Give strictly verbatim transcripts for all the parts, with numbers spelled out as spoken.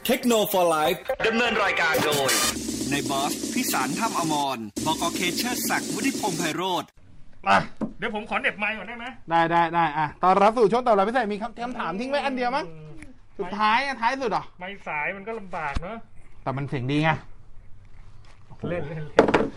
เทคโนโลยีไลฟ์ดำเนินรายการโดยในบอสพิสารถ้ำอมรบก.เคเชอร์ศักดิ์วุฒิพงษ์ไพโรจน์มาเดี๋ยวผมขอเน็บไมค์ก่อนได้ไหมได้ได้ได้อ่ะตอนรับสู่ช่วงตอบรับพิเศษมีคำถามทิ้งไว้อันเดียวมั้งสุดท้ายอ่ะท้ายสุดอ่ะไม่สายมันก็ลำบากเนอะแต่มันเสียงดีไงเล่นเล่น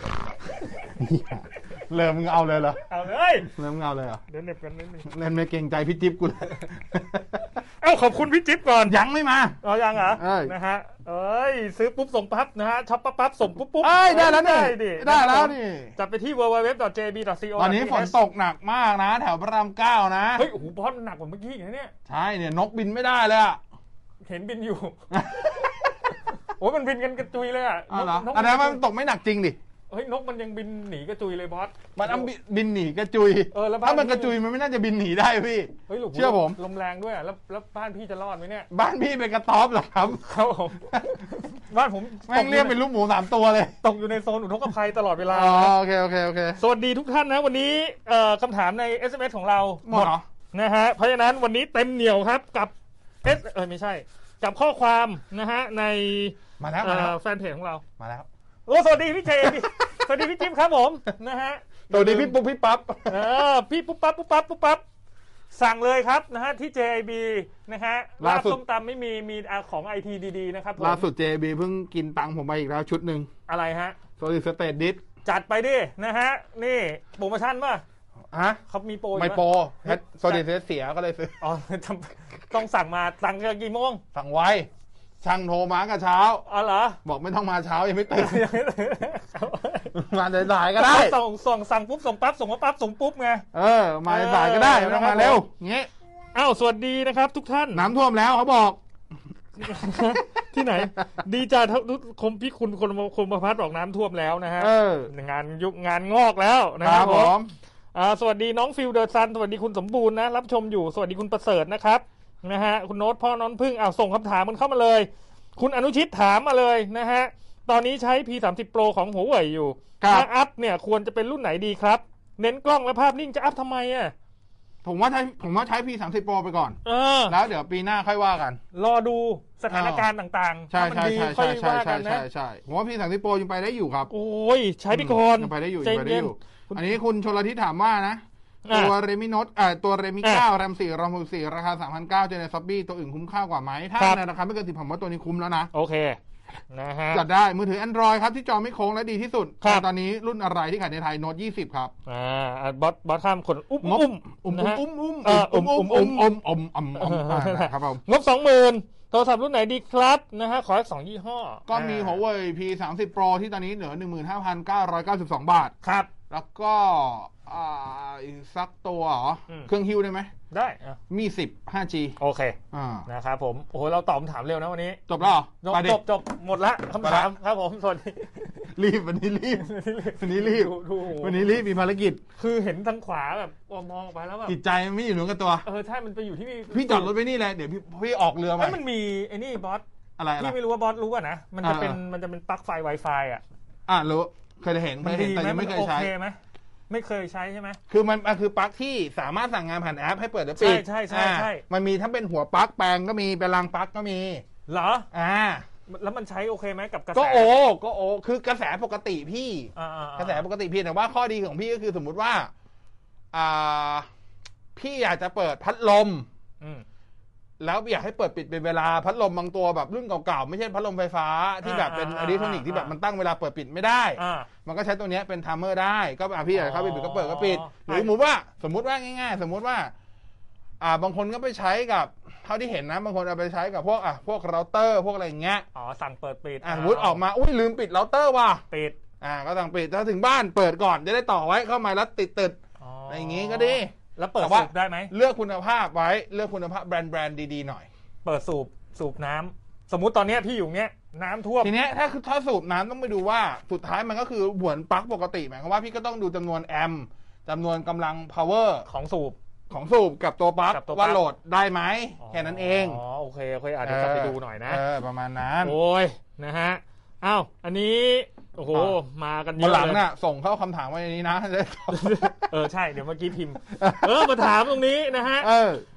เริ่มมึงเอาเลยเหรอเอาเลยเริ่มมึงเอาเลยเหรอเดี๋ยวเน็บกันนิดนึงเล่นไม่เกรงใจพี่จิ๊บกูเลยเอ้าขอบคุณพี่จิ๊บก่อนยังไม่มาอ๋อยังเหรอนะฮะเอ้ยซื้อปุ๊บส่งปั๊บนะฮะช็อปปั๊บปั๊บส่งปุ๊บปุ๊บเอ้ยได้แล้วนี่ได้แล้วนี่จับไปที่ ดับเบิลยู ดับเบิลยู ดับเบิลยู ดอท เจ บี ดอท ซี โอตอนนี้ฝนตกหนักมากนะแถวพระรามเก้านะเฮ้ยโอ้โหบอสหนักกว่าเมื่อกี้อีกนะเนี่ยใช่เนี่ยนกบินไม่ได้เลยอ่ะเห็นบินอยู่โอ้ยมันบินกันกระจุยเลยอ่ะอ๋อเหรออันนั้นมันตกไม่หนักจริงดิเฮ้ยนกมันยังบินหนีกระจุยเลยบอสมันบินหนีกระจุยถ้ามันกระจุยมันไม่น่าจะบินหนีได้พี่เชื่อผมลมแรงด้วยแล้วแล้วบ้านพี่จะรอดไหมเนี่ยบ้านพี่เป็นกระต๊อบเหรอครับครับผมบ้านผมแม่งเรียกเป็นลูกหมูสามตัวเลยตกอยู่ในโซนอุทกภัยตลอดเวลาอ๋อโอเคโอเคโอเคสวัสดีทุกท่านนะวันนี้คำถามใน เอส เอ็ม เอส ของเราหมดนะฮะเพราะฉะนั้นวันนี้เต็มเหนียวครับกับเอสเออไม่ใช่กับข้อความนะฮะในมาแล้วแฟนเพจของเรามาแล้วโอ้สวัสดีพี่เจสวัสดีพี่จิ๊บครับผมนะฮะสวัสดีพี่ปุ๊บพี่ปั๊บเออพี่ปุ๊บปั๊บปุ๊บปั๊บปุ๊บปั๊บสั่งเลยครับนะฮะที่ เจ ไอ บี นะฮะลาบส้มตำไม่มีมีของ ไอ ที ดี ๆนะครับล่าสุด เจ ไอ บี เพิ่งกินตังค์ผมไปอีกแล้วชุดหนึ่งอะไรฮะโซลิดสเตทดิสจัดไปดินะฮะนี่โปรโมชั่นป่ะฮะเขามีโปรไม่โปรโซลิดเสียก็เลยซื้ออ๋อต้องสั่งมาสั่งกี่โมงสั่งไว้ช่างโทรมากับเช้าอ๋อเหรอบอกไม่ต้องมาเช้ายังไม่ตื่นมาสายๆก็ได้ส่งส่งสั่งปุ๊บส่งปั๊บส่งมาปั๊บส่งปุ๊บไงเออมาสายก็ได้ไม่ต้องมาเร็วงี้อ้าวสวัสดีนะครับทุกท่านน้ำท่วมแล้วเขาบอกที่ไหนดีจ้าทุกคมพี่คุณคนคนประพัดบอกน้ำท่วมแล้วนะฮะงานยุกงานงอกแล้วนะครับผมอ่าสวัสดีน้องฟิลเดอร์ซันสวัสดีคุณสมบูรณ์นะรับชมอยู่สวัสดีคุณประเสริฐนะครับนะฮะคุณโน้ตพ่อน้องพึ่งเอาส่งคำถามมันเข้ามาเลยคุณอนุชิตถามมาเลยนะฮะตอนนี้ใช้ พี สามสิบ Pro ของหัวเว่ยอยู่ถ้าอัพเนี่ยควรจะเป็นรุ่นไหนดีครับเน้นกล้องและภาพนิ่งจะอัพทำไมอ่ะผมว่าใช้ผมว่าใช้ พี สามสิบ Pro ไปก่อนเออแล้วเดี๋ยวปีหน้าค่อยว่ากันรอดูสถานการณ์ต่างๆถ้ามันดีค่อยว่ากันนะใช่ผมว่า พี สามสิบ Pro ยังไปได้อยู่ครับโอ้ยใช้ไปก่อนยังไปได้อยู่ยังไปได้อยู่อันนี้คุณชลทิศถามว่านะตัวเรมิโนตอ่าตัวเรมิเก้าแรมสี่รอมหกสี่ราคา สามพันเก้าร้อย เจอในซ็อบบี้ตัวอื่นคุ้มค่ากว่าไหมถ้าในราคาไม่เกินสิบผมว่าตัวนี้คุ้มแล้วนะโอเคนะฮะจัดได้มือถือ Android ครับที่จอไม่โค้งและดีที่สุดตอนนี้รุ่นอะไรที่ขายในไทยโน้ตยี่สิบครับอ่าบอสบอสข้ามคนอุ้มอุ้มอุ้มอุ้มอุ้มอุ้มอุ้มอุ้มอุ้มอุ้มอุ้มอุ้มครับผมงบ สองหมื่น โทรศัพท์รุ่นไหนดีครับนะฮะขออีกสองยี่ห้อก็มี Huawei พี สามสิบ Pro ที่ตอนนี้เหลือ หนึ่งหมื่นห้าพันเก้าร้อยเก้าสิบสอง บาทครับแล้วก็อ่าอีกสักตัวเหรอเครื่องฮิ้วได้ไหมได้มีสิบ ห้าจีโอเคอ่านะครับผมโอ้โหเราตอบคำถามเร็วนะวันนี้จบแล้วจบจบหมดละคำถามครับผมสวัสดีรีบวันนี้รีบวันนี้รีบวันนี้รีบมีภารกิจคือเห็นทางขวาแบบมองไปแล้วแบบจิตใจไม่อยู่เหนือกับตัวเออใช่มันไปอยู่ที่พี่จอดรถไว้นี่เลยเดี๋ยวพี่พี่ออกเรือมามันมีไอ้นี่บอสอะไรพี่ไม่รู้ว่าบอสรู้ป่ะนะมันจะเป็นมันจะเป็นปลั๊กไฟ Wi-Fi อ่ะอ่ะรู้เคยเห็นเคยเห็นแต่ยังไม่เคยใช้ไหมไม่เคยใช้ใช่ไหมคือมันมันคือปลั๊กที่สามารถสั่งงานผ่านแอปให้เปิดและปิดใช่ใช่ใช่มันมีทั้งเป็นหัวปลั๊กแปลงก็มีเป็นรางปลั๊กก็มีเหรออ่าแล้วมันใช้โอเคไหมกับกระแสก็โอก็โอคือกระแสปกติพี่กระแสปกติพี่แต่ว่าข้อดีของพี่ก็คือสมมุติว่าอ่าพี่อยากจะเปิดพัดลมแล้วอยากให้เปิดปิดเป็นเวลาพัดลมบางตัวแบบรุ่นเก่าๆไม่ใช่พัดลมไฟฟ้าที่แบบเป็นอิเล็กทรอนิกส์ที่แบบมันตั้งเวลาเปิดปิดไม่ได้มันก็ใช้ตัวนี้เป็นไทม์เมอร์ได้ก็พี่อยากเข้าไปปิดก็เปิดก็ปิดหรือสมมติว่าสมมติว่าง่ายๆสมมติว่าอ่าบางคนก็ไปใช้กับเท่าที่เห็นนะบางคนเอาไปใช้กับพวกอ่ะพวกเราเตอร์พวกอะไรอย่างเงี้ยอ๋อสั่งเปิดปิดอ่ะสมมติออกมาอุ้ยลืมปิดเราเตอร์ว่ะปิดอ่าก็สั่งปิดถ้าถึงบ้านเปิดก่อนจะได้ต่อไว้เข้ามาแล้วติดติดอะไรอย่างงี้ก็ดีแล้วเปิดสูบได้ไหมเลือกคุณภาพไว้เลือกคุณภาพแบรนด์แบรนด์ดีๆหน่อยเปิดสูบสูบน้ำสมมุติตอนนี้พี่อยู่เนี้ยน้ำท่วมทีเนี้ยถ้าถ้าสูบน้ำต้องไปดูว่าสุดท้ายมันก็คือเหมือนปลั๊กปกติหมายความว่าพี่ก็ต้องดูจำนวนแอมป์จำนวนกำลัง power ของสูบของสูบกับตัวปลั๊กว่าโหลดได้ไหมแค่นั้นเองอ๋อโอเคโอเคอาจจะกลับไปดูหน่อยนะเออประมาณนั้นโอ้ยนะฮะอ้าวอันนี้โอ้โหมากันเยอะเลยหลังน่ะส่งเข้าคำถามไว้ในนี้นะเออใช่เดี๋ยวเมื่อกี้พิมพ์เออมาถามตรงนี้นะฮะ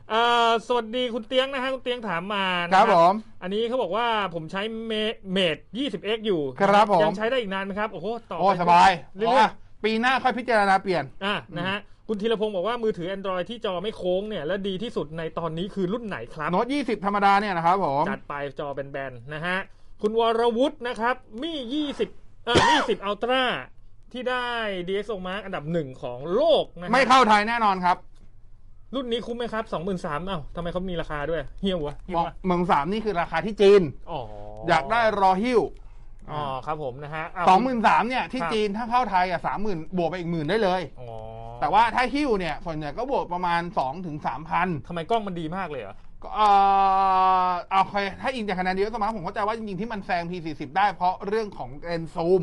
อ่าสวัสดีคุณเตียงนะฮะคุณเตียงถามมาครับผมอันนี้เขาบอกว่าผมใช้เมท ยี่สิบเอ็กซ์ อยู่ครับผมยังใช้ได้อีกนานไหมครับโอ้โหต่อโอ้สบายเรื่อยๆปีหน้าค่อยพิจารณาเปลี่ยนอ่ะนะฮะคุณธีรพงศ์บอกว่ามือถือ Android ที่จอไม่โค้งเนี่ยและดีที่สุดในตอนนี้คือรุ่นไหนครับโน้ตยี่สิบธรรมดาเนี่ยนะครับผมจัดไปจอแบนๆนะฮะคุณวรวุฒินะครับมี่ยี่สิบเอ่อยี่สิบ Ultra ที่ได้ ดี เอ็กซ์ โอ Mark อันดับหนึ่งของโลกนะไม่เข้าไทยแน่นอนครับรุ่นนี้คุ้มไหมครับ สองหมื่นสามพัน เอ้าทำไมเขามีราคาด้วยเฮี้ยววะเมืองสามนี่คือราคาที่จีนอ๋ออยากได้รอฮิ้วอ๋อครับผมนะฮะสองหมื่นสามเนี่ยที่จีนถ้าเข้าไทยอ่ะสามหมื่นบวกไปอีกหมื่นได้เลยอ๋อแต่ว่าถ้าฮิ้วเนี่ยส่วนใหญ่ก็บวกประมาณสองถึงสามพันทำไมกล้องมันดีมากเลยเหรอเออเอาใครถ้าอิงจากคะแนนเดียวสมาร์ทผมเข้าใจว่าจริงๆที่มันแซง พี สี่สิบ ได้เพราะเรื่องของเลนส์ซูม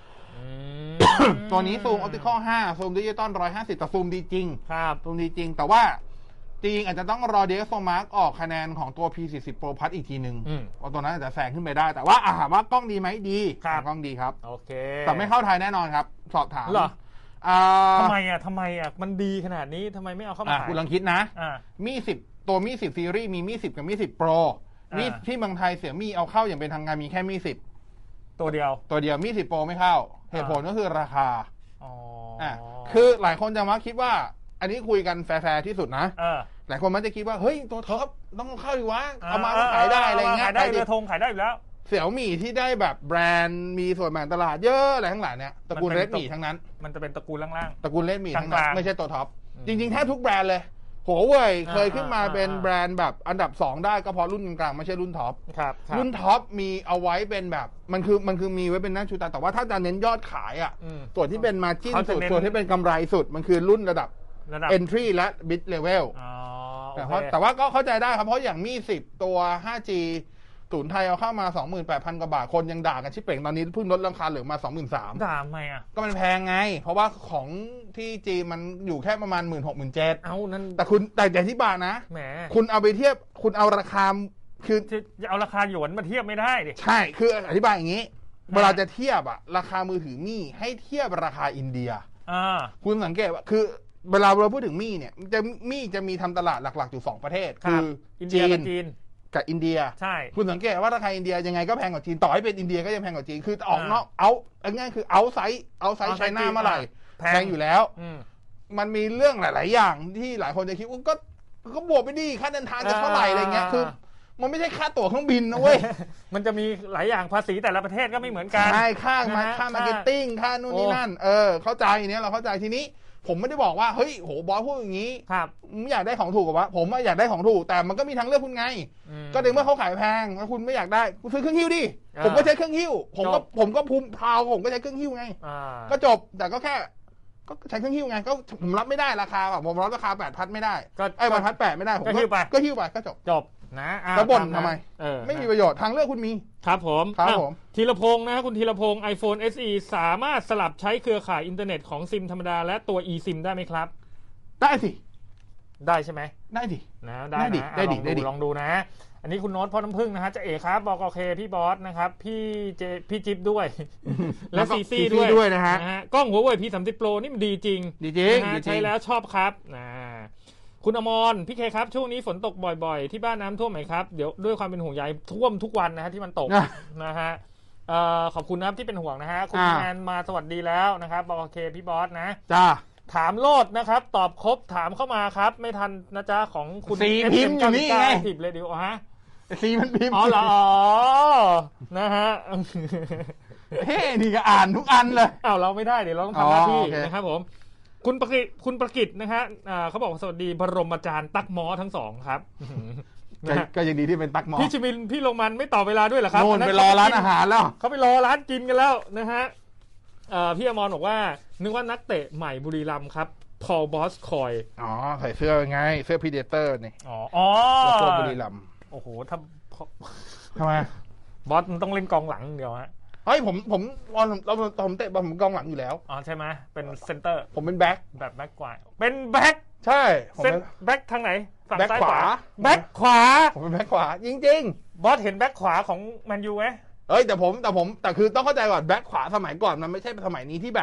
ตัวนี้ซูมออปติคอลห้าซูมดิจิตอลหนึ่งร้อยห้าสิบแต่ซูมดีจริงครับซูมดีจริงแต่ว่าจริงอาจจะต้องรอ ดี เอ็กซ์ โอ Mark ออกคะแนนของตัว พี สี่สิบ Pro Plus อีกทีนึงว่าตัวนั้นอาจจะแซงขึ้นไปได้แต่ว่าอาหารว่ากล้องดีไหมดีกล้องดีครับโอเคแต่ไม่เข้าไทยแน่นอนครับสอบถามเหรอทำไมอ่ะทำไมอ่ะมันดีขนาดนี้ทำไมไม่เอาเข้ามาขายคุณลองคิดนะมีสิบตัวมีสิบซีรีส์มีมีสิบกับมีสิบ Pro มีที่เมืองไทยเสี่ยมี่เอาเข้าอย่างเป็นทางการมีแค่มีสิบตัวเดียวตัวเดียวมีสิบ Pro ไม่เข้าเหตุผลก็คือราคาอ๋อคือหลายคนจะมาคิดว่าอันนี้คุยกันแฟร์ๆที่สุดนะหลายคนมันจะคิดว่าเฮ้ยตัวท็อปต้องเข้าดีวะเอามาขายได้อะไรเงี้ยขายได้เรือธงขายได้อยู่แล้วเสี่ยวมี่ที่ได้แบบแบรนด์มีส่วนแบ่งตลาดเยอะอะไรทั้งหลายเนี่ยตระกูลเรดมี่ทั้งนั้นมันจะเป็นตระกูลล่างๆตระกูลเรดมี่ทั้งนั้นไม่ใช่ตัวท็อปจริงๆแทบทุกแบรนด์เลยหัวเว่ยเคยขึ้นมาเป็นแบรนด์แบบอันดับสองได้ก็เพราะรุ่นกลางไม่ใช่รุ่นท็อปรุ่นท็อปมีเอาไว้เป็นแบบมันคือมันคือมีไว้เป็นหน้าชูตาแต่ว่าถ้าจะเน้นยอดขายอ่ะส่วนที่เป็นมาร์จิ้นสุดส่วนที่เป็นกำไรสุดมันคือรุ่นระดับentry และ mid level แต่ว่าก็เข้าใจได้ครับเพราะอย่างมีสิบตัว ห้าจี ศูนย์ไทยเอาเข้ามา สองหมื่นแปดพัน กว่าบาทคนยังด่ากันชิบเป่งตอนนี้เพิ่งลดราคาเหลือมา สองหมื่นสามพันด่าไหมอ่ะก็มันแพงไงเพราะว่าของที่จีนมันอยู่แค่ประมาณ หนึ่งหมื่นหก หมื่นเจ็ดพันเอานั่นแต่คุณแต่อย่างที่บาทนะแหมคุณเอาไปเทียบคุณเอาราคาคือจะเอาราคาหยวนมาเทียบไม่ได้ดิใช่คืออธิบายอย่างนี้เวลาจะเทียบอะราคามือถือมี่ให้เทียบราคาอินเดียอ่าคุณสังเกตว่าคือเวลาเราพูดถึงมี่เนี่ยจะมี่จะมีทำตลาดหลักๆอยู่สองประเทศคือจีนกับอินเดียใช่คุณสังเกตว่าราคาอินเดียยังไงก็แพงกว่าจีนต่อให้เป็นอินเดียก็ยังแพงกว่าจีนคือออกนอกเอาง่ายๆคือเอาไซส์เอาไซส์ไชน่าเมื่อไหร่แพงอยู่แล้วมันมีเรื่องหลายๆอย่างที่หลายคนจะคิดว่าก็ก็บวกไปดิค่าเดินทางจะเท่าไหร่อะไรเงี้ยคือมันไม่ใช่ค่าตั๋วเครื่องบินนะเว้ยมันจะมีหลายอย่างภาษีแต่ละประเทศก็ไม่เหมือนกันใช่ค่ามาค่ามาร์เก็ตติ้งค่านู่นนี่นั่นเออเข้าใจเนี้ยเราเข้าใจทีนี้ผมไม่ได้บอกว่าเฮ้ยโหบอสพูดอย่างนี้ครับไม่อยากได้ของถูกกับวะผมอยากได้ของถูกแต่มันก็มีทางเลือกคุณไงก็ในเมื่อเขาขายแพงแล้วคุณไม่อยากได้คุณซื้อเครื่องหิ้วดิผมก็ใช้เครื่องหิ้วผมก็ผมก็ภูมิพาวผมก็ใช้เครื่องหิ้วไงก็จบแต่ก็แค่ก็ใช้เครื่องหิ้วไงก็ผมรับไม่ได้ราคาแบบผมรับราคาแปดพันไม่ได้ไอ้แปดพันแปดไม่ได้ผมก็หิ้วไปก็หิ้วไปก็จบจบนะแล้วบ่นทำไมไม่มีประโยชน์ทางเลือกคุณมีครับผมครับผมธีรพงศ์นะคุณธีรพงศ์ iPhone เอส อี สามารถสลับใช้เครือข่ายอินเทอร์เน็ตของซิมธรรมดาและตัว eSIM ได้ไหมครับได้สิได้ใช่ไหมได้ดินะได้ดิได้ดิได้ดิลองดูนะอันนี้คุณโน้ตพ่อน้ำผึ้งนะฮะจะเอกครับบอกโอเคพี่บอสนะครับพี่เจพี่จิ๊บด้วยและซีซี่ด้วยนะฮะกล้องหัวเว่ย พี สามสิบ Pro นี่มันดีจริงดีจริงใช้แล้วชอบครับนะคุณอมรพี่เคครับช่วงนี้ฝนตกบ่อยๆที่บ้านน้ำท่วมไหมครับเดี๋ยวด้วยความเป็นห่วงใยท่วมทุกวันนะฮะที่มันตกนะฮะขอบคุณนะครับที่เป็นห่วงนะฮะคุณแอนมาสวัสดีแล้วนะครับบอกโอเคพี่บอสนะจ้าถามโลดนะครับตอบครบถามเข้ามาครับไม่ทันนะจ๊ะของคุณซีพิมพ์อยู่นี่ไงสิบเลยดิโอฮะซีมันพิมพ์อ๋อเหรอนะฮะเฮ้นี่ก็อ่านทุกอันเลยอ้าวเราไม่ได้เดี๋ยวเราต้องทำหน้าที่นะครับผมคุณประกิตคุณประกิตนะฮะเขาบอกสวัสดีบรมอาจารย์ตั๊กม้อทั้งสองครับก็ยังดีที่เป็นตั๊กม้อพี่ชิมินพี่ลงมันไม่ต่อเวลาด้วยเหรอครับโน่นไปรอร้านอาหารแล้วเขาไปรอร้านกินกันแล้วนะฮะพี่อมรบอกว่านึกว่านักเตะใหม่บุรีรัมย์ครับพอลบอสคอยอ๋อใส่เสื้อไงเสื้อพีเดเตอร์นี่อ๋ออ๋อแล้วก็บุรีรัมย์โอ้โหถ้าทำไมบอสมันต้องเล่นกองหลังเดียวฮะเฮ้ยผมผมตอนเราผมเตะบอลผมกองหลังอยู่แล้วอ๋อใช่ไหมเป็นเซนเตอร์ผมเป็นแบ็คแบบแบ็คขวาเป็นแบ็คใช่เซนแบ็คทางไหนฝั่งซ้ายขวาแบ็คขวาผมเป็นแบ็คขวาจริงๆบอสเห็นแบ็คขวาของแมนยูไหมเอ้ยแต่ผมแต่ผมแต่คือต้องเข้าใจก่อนแบ็คขวาสมัยก่อนมันไม่ใช่สมัยนี้ที่แบบ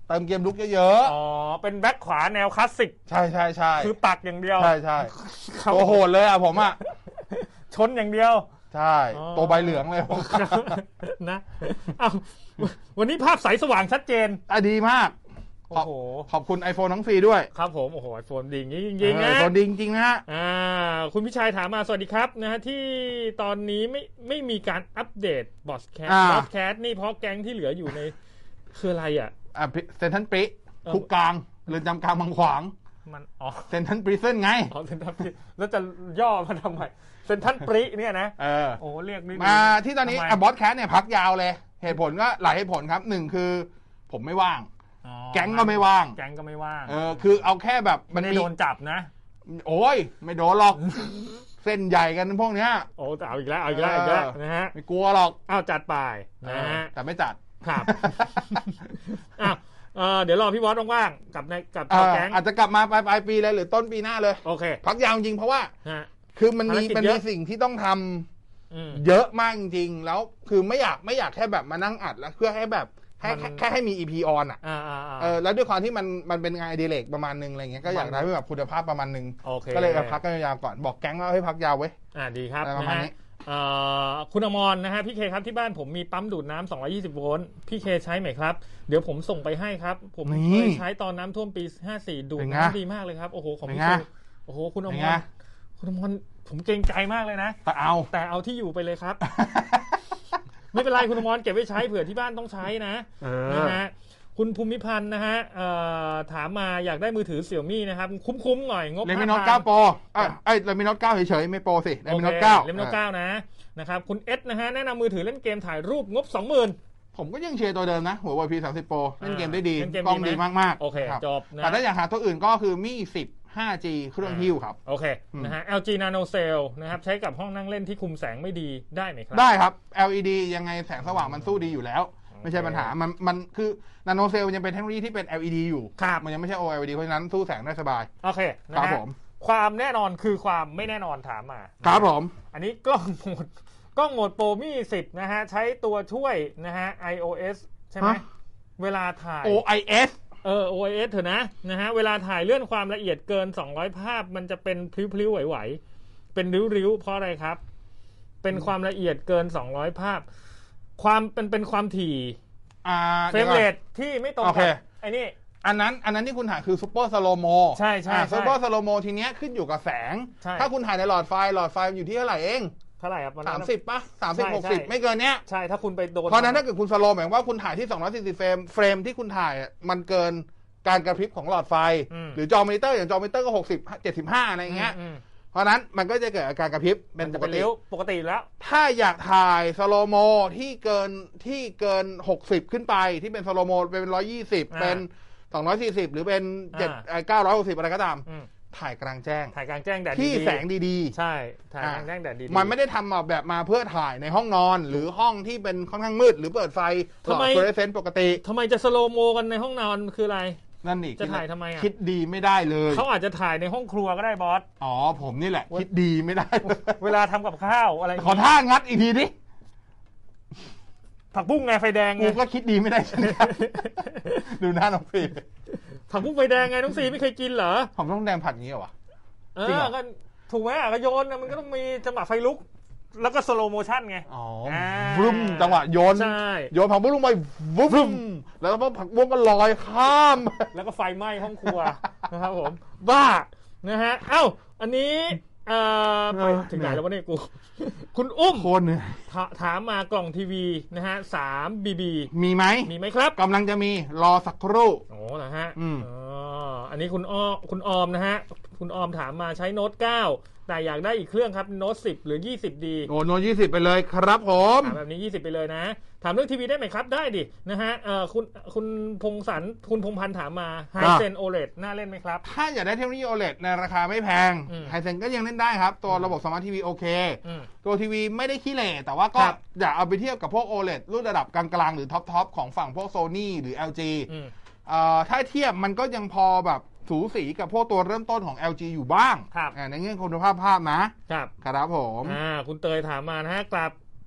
เติมเกมลุกเยอะๆอ๋อเป็นแบ็คขวาแนวคลาสสิกใช่ใช่ใช่คือปักอย่างเดียวใช่ใช่ตัวโหดเลยอ่ะผมอ่ะชนอย่างเดียวใช่ตัวใบเหลืองเลยนะอ้าววันนี้ภาพใสสว่างชัดเจนอ่ะดีมากโอ้โหขอบคุณ iPhone ทั้งฟรีด้วยครับผมโอ้โห iPhone ดีจริงๆนะ iPhone ดีจริงๆนะฮะอ่าคุณพิชัยถามมาสวัสดีครับนะฮะที่ตอนนี้ไม่ไม่มีการอัปเดตบอสแคสบอสแคสนี่เพราะแก๊งที่เหลืออยู่ในคืออะไรอ่ะอ่ะเซนทันปริคุกกลางเรือนจำกลางบางขวางมันอ๋อเซนทันปริซึนไงอ๋อเซนทันปริแล้วจะย่อมาทำไมเซนทันปริเนี่ยนะเออโอ้เรียกนี่มาที่ตอนนี้บอสแคสเนี่ยพักยาวเลยเหตุผลก็หลายเหตุผลครับหนึ่งคือผมไม่ว่างแก๊งก็ไม่ว่างแก๊งก็ไม่ว่างเออคือเอาแค่แบบมันไม่โดนจับนะโอ้ยไม่โดนหรอกเส้นใหญ่กันพวกเนี้ยโอ้เอาอีกแล้วเอาอีกแล้วอีกแล้วนะฮะไม่กลัวหรอกเอาจัดไปนะฮะแต่ไม่จัดครับอ้าวเดี๋ยวรอพี่บอสว่างๆกับในกับแก๊งอาจจะกลับมาปลายปลายปีเลยหรือต้นปีหน้าเลยโอเคพักยาวจริงเพราะว่าคือมันมีมันมีสิ่งที่ต้องทำเยอะมากจริงๆแล้วคือไม่อยากไม่อยากแค่แบบมานั่งอัดแล้วเพื่อให้แบบแค่แค่ให้มี อี พี ออนอ่ะเออแล้วด้วยความที่มันมันเป็นงานอดิเรกประมาณนึงอะไรเงี้ยก็อยากได้แบบคุณภาพประมาณนึงก็เลยพักกันยาวก่อนบอกแก๊งว่าให้พักยาวไว้อ่าดีครับประมาณนี้คุณอมรนะฮะพี่เคครับที่บ้านผมมีปั๊มดูดน้ำสองร้อยยี่สิบโวลต์พี่เคใช้ไหมครับเดี๋ยวผมส่งไปให้ครับผมเคยใช้ตอนน้ำท่วมปีห้าสี่ดูดน้ำดีมากเลยครับโอ้โหของพี่เคโอ้โหคุณอมรคุณอมรผมเกรงใจมากเลยนะแต่เอาแต่เอาที่อยู่ไปเลยครับไม่เป็นไรคุณอมรเก็บไว้ใช้เผื่อที่บ้านต้องใช้นะนะฮะคุณภูมิพันธ์นะฮะถามมาอยากได้มือถือ Xiaomi นะครับคุ้มๆหน่อยงบ Redmi Note เก้า Pro เอ้ย Redmi Note เก้าเฉยๆไม่โปรสิ Redmi Note เก้า Redmi Note เก้านะนะครับคุณเอสนะฮะแนะนำมือถือเล่นเกมถ่ายรูปงบ สองหมื่นผมก็ยังเชียร์ตัวเดิมนะ Huawei พี สามสิบ Pro เล่นเกมได้ดีกล้องดีมากๆโอเคจบนะแต่ถ้าอยากหาตัวอื่นก็คือมีสิบ ห้าจี เครื่องฮิ้วครับโอเคนะฮะ แอล จี Nano Cell นะครับใช้กับห้องนั่งเล่นที่คุมแสงไม่ดีได้ไหมครับได้ครับ แอล อี ดี ยังไงแสงสว่างมันสู้ดีอยู่แล้วไม่ใช่ปัญหามันมันคือ Nano Cell ยังเป็นเทคโนโลยีที่เป็น แอล อี ดี อยู่มันยังไม่ใช่ โอ แอล อี ดี เพราะฉะนั้นสู้แสงได้สบายโอเคครับผมความแน่นอนคือความไม่แน่นอนถามมาครับผมอันนี้กล้องโหมดกล้องโหมดโปรมีสิบนะฮะใช้ตัวช่วยนะฮะ iOS ใช่ไหมเวลาถ่ายโอ ไอ เอสเออ โอ ไอ เอส เถอะนะนะฮะเวลาถ่ายเลื่อนความละเอียดเกินสองร้อยภาพมันจะเป็นพลิ้วๆไหวๆเป็นริ้วๆเพราะอะไรครับเป็นความละเอียดเกินสองร้อยภาพความเป็นเป็นความถี่เฟรมเรทที่ไม่ตรงกับไอ้นี่อันนั้นอันนั้นที่คุณถ่ายคือซูเปอร์สโลโมใช่ใช่ซูเปอร์สโลโมทีเนี้ยขึ้นอยู่กับแสงถ้าคุณถ่ายในหลอดไฟหลอดไฟอยู่ที่เท่าไหร่เองเท่าไหร่ครับสามสิบป่ะสามสิบหกสิบไม่เกินเนี้ยใช่ถ้าคุณไปโดนเพราะนั้นถ้าเกิดคุณสโลหมายว่าคุณถ่ายที่สองร้อยสี่สิบเฟรมเฟรมที่คุณถ่ายมันเกินการกระพริบของหลอดไฟหรือจอมอนิเตอร์อย่างจอมอนิเตอร์ก็หกสิบ เจ็ดสิบห้าอะไรเงี้ยเพราะนั้นมันก็จะเกิดอาการกระพริบเป็นปกติปกติแล้วถ้าอยากถ่ายสโลโมที่เกินที่เกินหกสิบขึ้นไปที่เป็นสโลโมเป็นหนึ่งร้อยยี่สิบเป็นสองร้อยสี่สิบหรือเป็นเจ็ด เก้าร้อยหกสิบอะไรก็ตามถ่ายกลางแจ้งถ่ายกลางแจ้งแดดดีที่แสงดีๆใช่ถ่ายกลางแจ้งแดดดีๆมันไม่ได้ทำแบบมาเพื่อถ่ายในห้องนอนหรือห้องที่เป็นค่อนข้างมืดหรือเปิดไฟหลอดฟลูออเรสเซนต์ปกติทำไมจะสโลโมกันในห้องนอนคืออะไรนั่นนี่จะถ่ายทำไมอ่ะคิดดีไม่ได้เลยเขาอาจจะถ่ายในห้องครัวก็ได้บอสอ๋อผมนี่แหละคิดดีไม่ได้เวลาทำกับข้าวอะไรขอท่างัดอีกทีดิผักบุ้งไงไฟแดงไงกูก็คิดดีไม่ได้ใช่ไหมดูหน้าน้องฟีผักบุ้งไฟแดงไงน้องฟีไม่เคยกินเหรอผมต้องแดงผัดงี้เหรอวะเออก็ถูกไหมอ่ะก็โยนมันก็ต้องมีจังหวะไฟลุกแล้วก็สโลโมชั่นไงอ๋อวุ้มจังหวะโยนโยนผักบุ้งลงไปวุ้มแล้วก็ผักบุ้งก็ลอยข้ามแล้วก็ไฟไหม้ห้องครัวนะครับผมบ้านะฮะเอ้าอันนี้เอ่อไปถึงไหนแล้ววะเนี่ยกูคุณอุ้มคนเนี่ยถามมากล่องทีวีนะฮะสามบีบีมีไหมมีไหมครับกำลังจะมีรอสักครู่โอ้นะฮะอืมอ๋ออันนี้คุณอ้อคุณออมนะฮะคุณออมถามมาใช้โน้ตเก้าแต่อยากได้อีกเครื่องครับโน้ตสิบหรือยี่สิบดีโอ้โน้ตยี่สิบไปเลยครับผมแบบนี้ยี่สิบไปเลยนะถามเรื่องทีวีได้ไหมครับได้ดินะฮะเอ่อคุณคุณพงศรคุณพงพันธ์ถามมาไฮเซน โอ แอล อี ดี น่าเล่นไหมครับถ้าอยากได้เทคโนโลยี โอ แอล อี ดี ในราคาไม่แพงไฮเซนก็ยังเล่นได้ครับตัวระบบสมาร์ททีวีโอเคตัวทีวีไม่ได้ขี้เหร่แต่ว่าก็อย่าเอาไปเทียบกับพวก โอ แอล อี ดี รุ่นระดับกลางๆหรือท็อปๆของฝั่งพวก Sony หรือ แอล จี เอ่อถ้าเทียบมันก็ยังพอแบบสูสีกับพวกตัวเริ่มต้นของ แอล จี อยู่บ้างในเรื่องคุณภาพภาพนะครับครับผมอ่าคุณเตยถามมานะฮะกลับ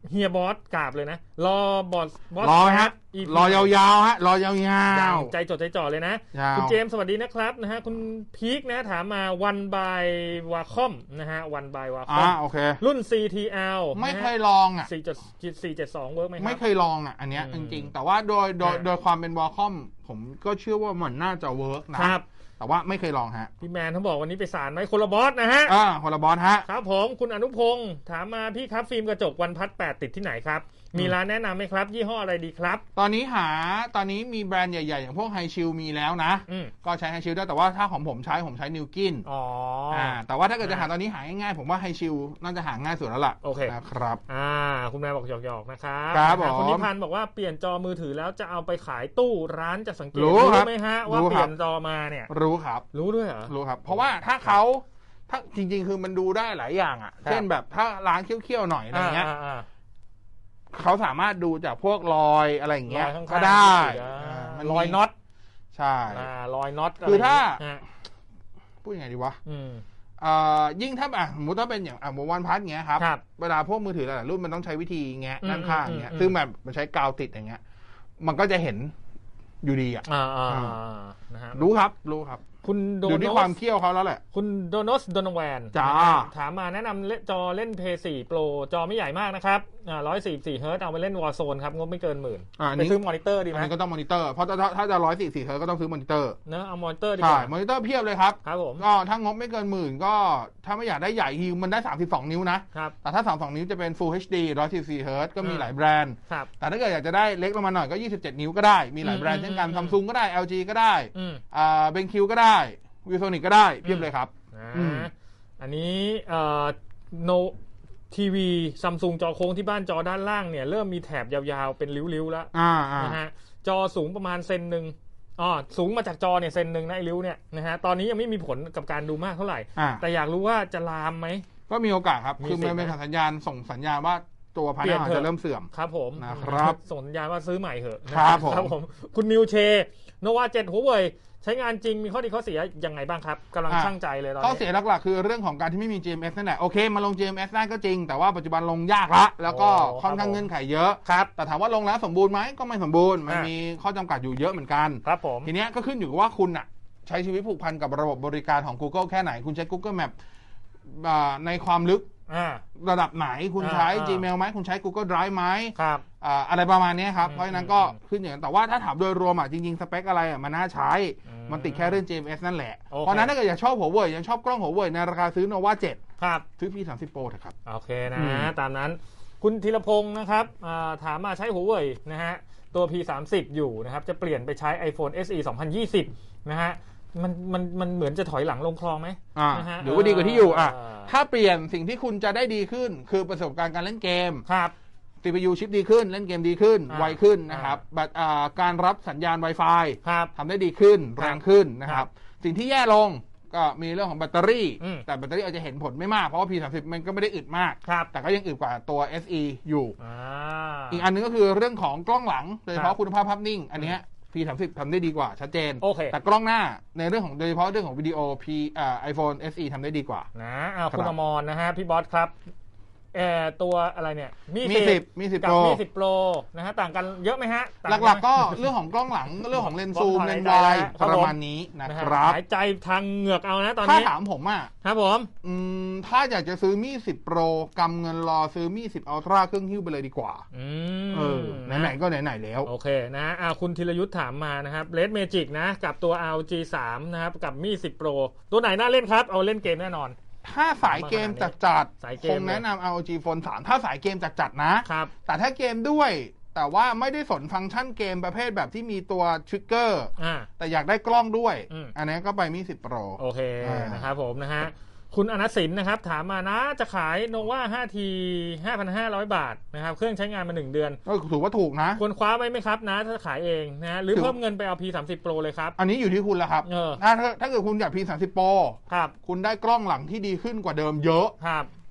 เฮียบอสกราบเลยนะรอบอสบอสรอฮะรอยาวๆฮะรอยาวๆใจจดใจจ่อเลยนะคุณเจมส์สวัสดีนะครับนะฮะคุณพีคนะถามมาวันบายวาคอมนะฮะวันบายวาคอมรุ่น ซี ที แอลไม่เคยลองอ่ะสี่เจ็ดสองเวิร์กไหมครับไม่เคยลองอ่ะอันเนี้ยจริงๆแต่ว่าโดยโดยโดยความเป็นวาคอมผมก็เชื่อว่ามันน่าจะเวิร์กนะครับแต่ว่าไม่เคยลองฮะพี่แมนเขาบอกวันนี้ไปสารไหมคนละบอสนะฮะอ่าคนละบอสฮะครับผมคุณอนุพงศ์ถามมาพี่ครับฟิล์มกระจกวันพัดแปดติดที่ไหนครับมีร้านแนะนำไหมครับยี่ห้ออะไรดีครับตอนนี้หาตอนนี้มีแบรนด์ใหญ่ๆอย่างพวกไฮชิลมีแล้วนะก็ใช้ไฮชิลได้แต่ว่าถ้าของผมใช้ผมใช้นิวกินอ๋ออ่าแต่ว่าถ้าเกิดจะหาตอนนี้หาง่ายๆผมว่าไฮชิลน่าจะหาง่ายสุดแล้วล่ะโอเคนะครับอ่าคุณแม่บอกหยอกๆนะครับครับผมคุณนิพันธ์บอกว่าเปลี่ยนจอมือถือแล้วจะเอาไปขายตู้ร้านจะสังเกตรู้ไหมฮะว่าเปลี่ยนจอมาเนี่ยรู้ครับรู้ด้วยเหรอรู้ครับเพราะว่าถ้าเขาถ้าจริงๆคือมันดูได้หลายอย่างอ่ะเช่นแบบถ้าร้านเคี้ยวๆหน่อยอะไรเงี้ยเขาสามารถดูจากพวกรอยอะไรอย่างเงี้ยก็ได้รอยน็อตใช่รอยน็อตคือถ้าพูดยังไงดีวะยิ่งถ้าอ่ะสมมติถ้าเป็นอย่างอ่ะโมวันพัทเงี้ยครับเวลาพวกมือถือหลายรุ่นมันต้องใช้วิธีแงะด้านข้างเงี้ยซึ่งแบบมันใช้กาวติดอย่างเงี้ยมันก็จะเห็นอยู่ดีอ่ะรู้ครับรู้ครับคุณโดนที่ความเที่ยวเขาแล้วแหละคุณโดนอสโดนแวนจ้าถามมาแนะนำจอเล่น เพย์ โฟร์ Pro จอไม่ใหญ่มากนะครับอ่าหนึ่งร้อยสี่สิบสี่เฮิร์ตซ์เอาไปเล่น Warzone ครับงบไม่เกินหมื่นไปซื้อมอนิเตอร์ดีไหมก็ต้องมอนิเตอร์เพราะถ้าถ้าจะหนึ่งร้อยสี่สิบสี่เฮิร์ตซ์ก็ต้องซื้อมอนิเตอร์เนอะเอามอนิเตอร์ดีกว่ามอนิเตอร์เพียบเลยครับครับผมก็ถ้างบไม่เกินหมื่นก็ถ้าไม่อยากได้ใหญ่ฮิวมันได้สามสิบสองนิ้วนะครับแต่ถ้าสามสิบสองนิ้วจะเป็น Full เอช ดี หนึ่งร้อยสี่สิบสี่เฮิร์ตซ์ก็มีหลายแบรนด์แต่ถ้าเกิดอยากจะได้เล็กลงมาหน่อยก็ยี่สิบเจ็ดนิ้วก็ได้มีหลายแบรนด์เช่นกัน Samsung ก็ได้ แอล จี ก็ได้อ่า เบนคิว ก็ได้วิวโซนิกก็ได้เพียบเลยครับอันนี้เอ่อโนทีวีซัมซุงจอโค้งที่บ้านจอด้านล่างเนี่ยเริ่มมีแถบยาวๆเป็นริ้วๆแล้วนะฮะจอสูงประมาณเซนหนึ่งอ๋อสูงมาจากจอเนี่ยเซนหนึ่งนะไอ้ริ้วเนี่ยนะฮะตอนนี้ยังไม่มีผลกับการดูมากเท่าไหร่แต่อยากรู้ว่าจะลามไหมก็มีโอกาสครับคือมันเป็นสัญญาณส่งสัญญาณว่าตัวพานาจะเริ่มเสื่อมครับผมนะครับส่งสัญญาณว่าซื้อใหม่เหอะครับผมคุณนิวเชโนวาเจ็ดหัวเว่ยใช้งานจริงมีข้อดีข้อเสียยังไงบ้างครับกำลังช่างใจเลยตอนนี้ข้อเสียหลักๆคือเรื่องของการที่ไม่มี จี เอ็ม เอส นั่นแหละโอเคมาลง จี เอ็ม เอส ได้ก็จริงแต่ว่าปัจจุบันลงยากละแล้วก็ค่อนข้างเงื่อนไขเยอะครับแต่ถามว่าลงแล้วสมบูรณ์ไหมก็ไม่สมบูรณ์มันมีข้อจำกัดอยู่เยอะเหมือนกันครับผมทีเนี้ยก็ขึ้นอยู่กับว่าคุณอ่ะใช้ชีวิตผูกพันกับระบบบริการของ Google แค่ไหนคุณใช้ Google Map ในความลึกระดับไหนคุณใช้ Gmail ไหมคุณใช้ Google Drive ไหมครับอะไรประมาณนี้ครับเพราะฉะนั้นก็ขึ้นอย่างนั้นแต่ว่าถ้าถามโดยรวมอ่ะจริงๆสเปคอะไรอ่ะมันน่าใช้มันติดแค่เรื่อง จี เอ็ม เอส นั่นแหละเพราะนั้นถ้าเกิดอยากชอบหัวเว่ยยังชอบกล้องหัวเว่ยในราคาซื้อ โนวา เจ็ดครับซื้อ พี สามสิบ Pro เถอะครับโอเคนะตามนั้นคุณธีรพงศ์นะครับถามมาใช้หัวเว่ยนะฮะตัว พี สามสิบ อยู่นะครับจะเปลี่ยนไปใช้ iPhone เอส อี สองพันยี่สิบนะฮะมันมันมันเหมือนจะถอยหลังลงคลองไหมอ่าหรือว่าดีกว่าที่อยู่อ่ะถ้าเปลี่ยนสิ่งที่คุณจะได้ดีขึ้นคือประสบการณ์การเล่นเกมครับซี พี ยู ชิปดีขึ้นเล่นเกมดีขึ้นไวขึ้นนะครับบัตรการรับสัญญาณ Wi-Fi ทำได้ดีขึ้นแรงขึ้นนะครับสิ่งที่แย่ลงก็มีเรื่องของแบตเตอรี่แต่แบตเตอรี่อาจจะเห็นผลไม่มากเพราะว่า พี สามสิบ มันก็ไม่ได้อึดมากแต่ก็ยังอึดกว่าตัว เอส อี อยู่อีกอันนึงก็คือเรื่องของกล้องหลังโดยเฉพาะคุณภาพภาพนิ่งอันนี้พี สามสิบ ทำได้ดีกว่าชัดเจนแต่กล้องหน้าในเรื่องของโดยเฉพาะเรื่องของวิดีโอ P อ่า iPhone เอส อี ทำได้ดีกว่านะอ่าคุณอมรนะฮะพี่บอสครับเอ่อตัวอะไรเนี่ยมีสิบมีสิบกับมีสิบ Pro นะฮะต่างกันเยอะไหมฮะหลักๆก็เรื่องของกล้องหลังเรื่องของเลนส์ซูมเลนส์ไวด์ประมาณนี้นะครับหายใจทางเหงือกเอานะตอนนี้ถ้าถามผมอ่ะครับผมอืมถ้าอยากจะซื้อมีสิบ Pro กำเงินรอซื้อมีสิบ Ultra เครื่องหิ้วไปเลยดีกว่าอืมเออไหนๆก็ไหนๆแล้วโอเคนะอ่าคุณธีรยุทธ์ถามมานะครับ Red Magic นะกับตัว แอล จี สาม นะครับกับมีสิบ Pro ตัวไหนน่าเล่นครับเอาเล่นเกมแน่นอนถ้าสายเกมจัดๆคงแนะนำ อาร์ โอ จี Phone สามถ้าสายเกมจัดๆนะครับแต่ถ้าเกมด้วยแต่ว่าไม่ได้สนฟังก์ชันเกมประเภทแบบที่มีตัวทริกเกอร์แต่อยากได้กล้องด้วย อ, อันนี้ก็ไปมีสิบ Pro โอเคนะครับผมนะฮะคุณอนัสสินนะครับถามมานะจะขายโนวา ไฟว์ ที ห้าพันห้าร้อย บาทนะครับเครื่องใช้งานมาหนึ่งเดือนก็ถือว่าถูกนะควรคว้าไว้ไหมครับนะถ้าขายเองนะหรือเพิ่มเงินไปเอา พี สามสิบ Pro เลยครับอันนี้อยู่ที่คุณแล้วครับถ้าถ้าเกิดคุณอยาก พี สามสิบ Pro ครับคุณได้กล้องหลังที่ดีขึ้นกว่าเดิมเยอะครับ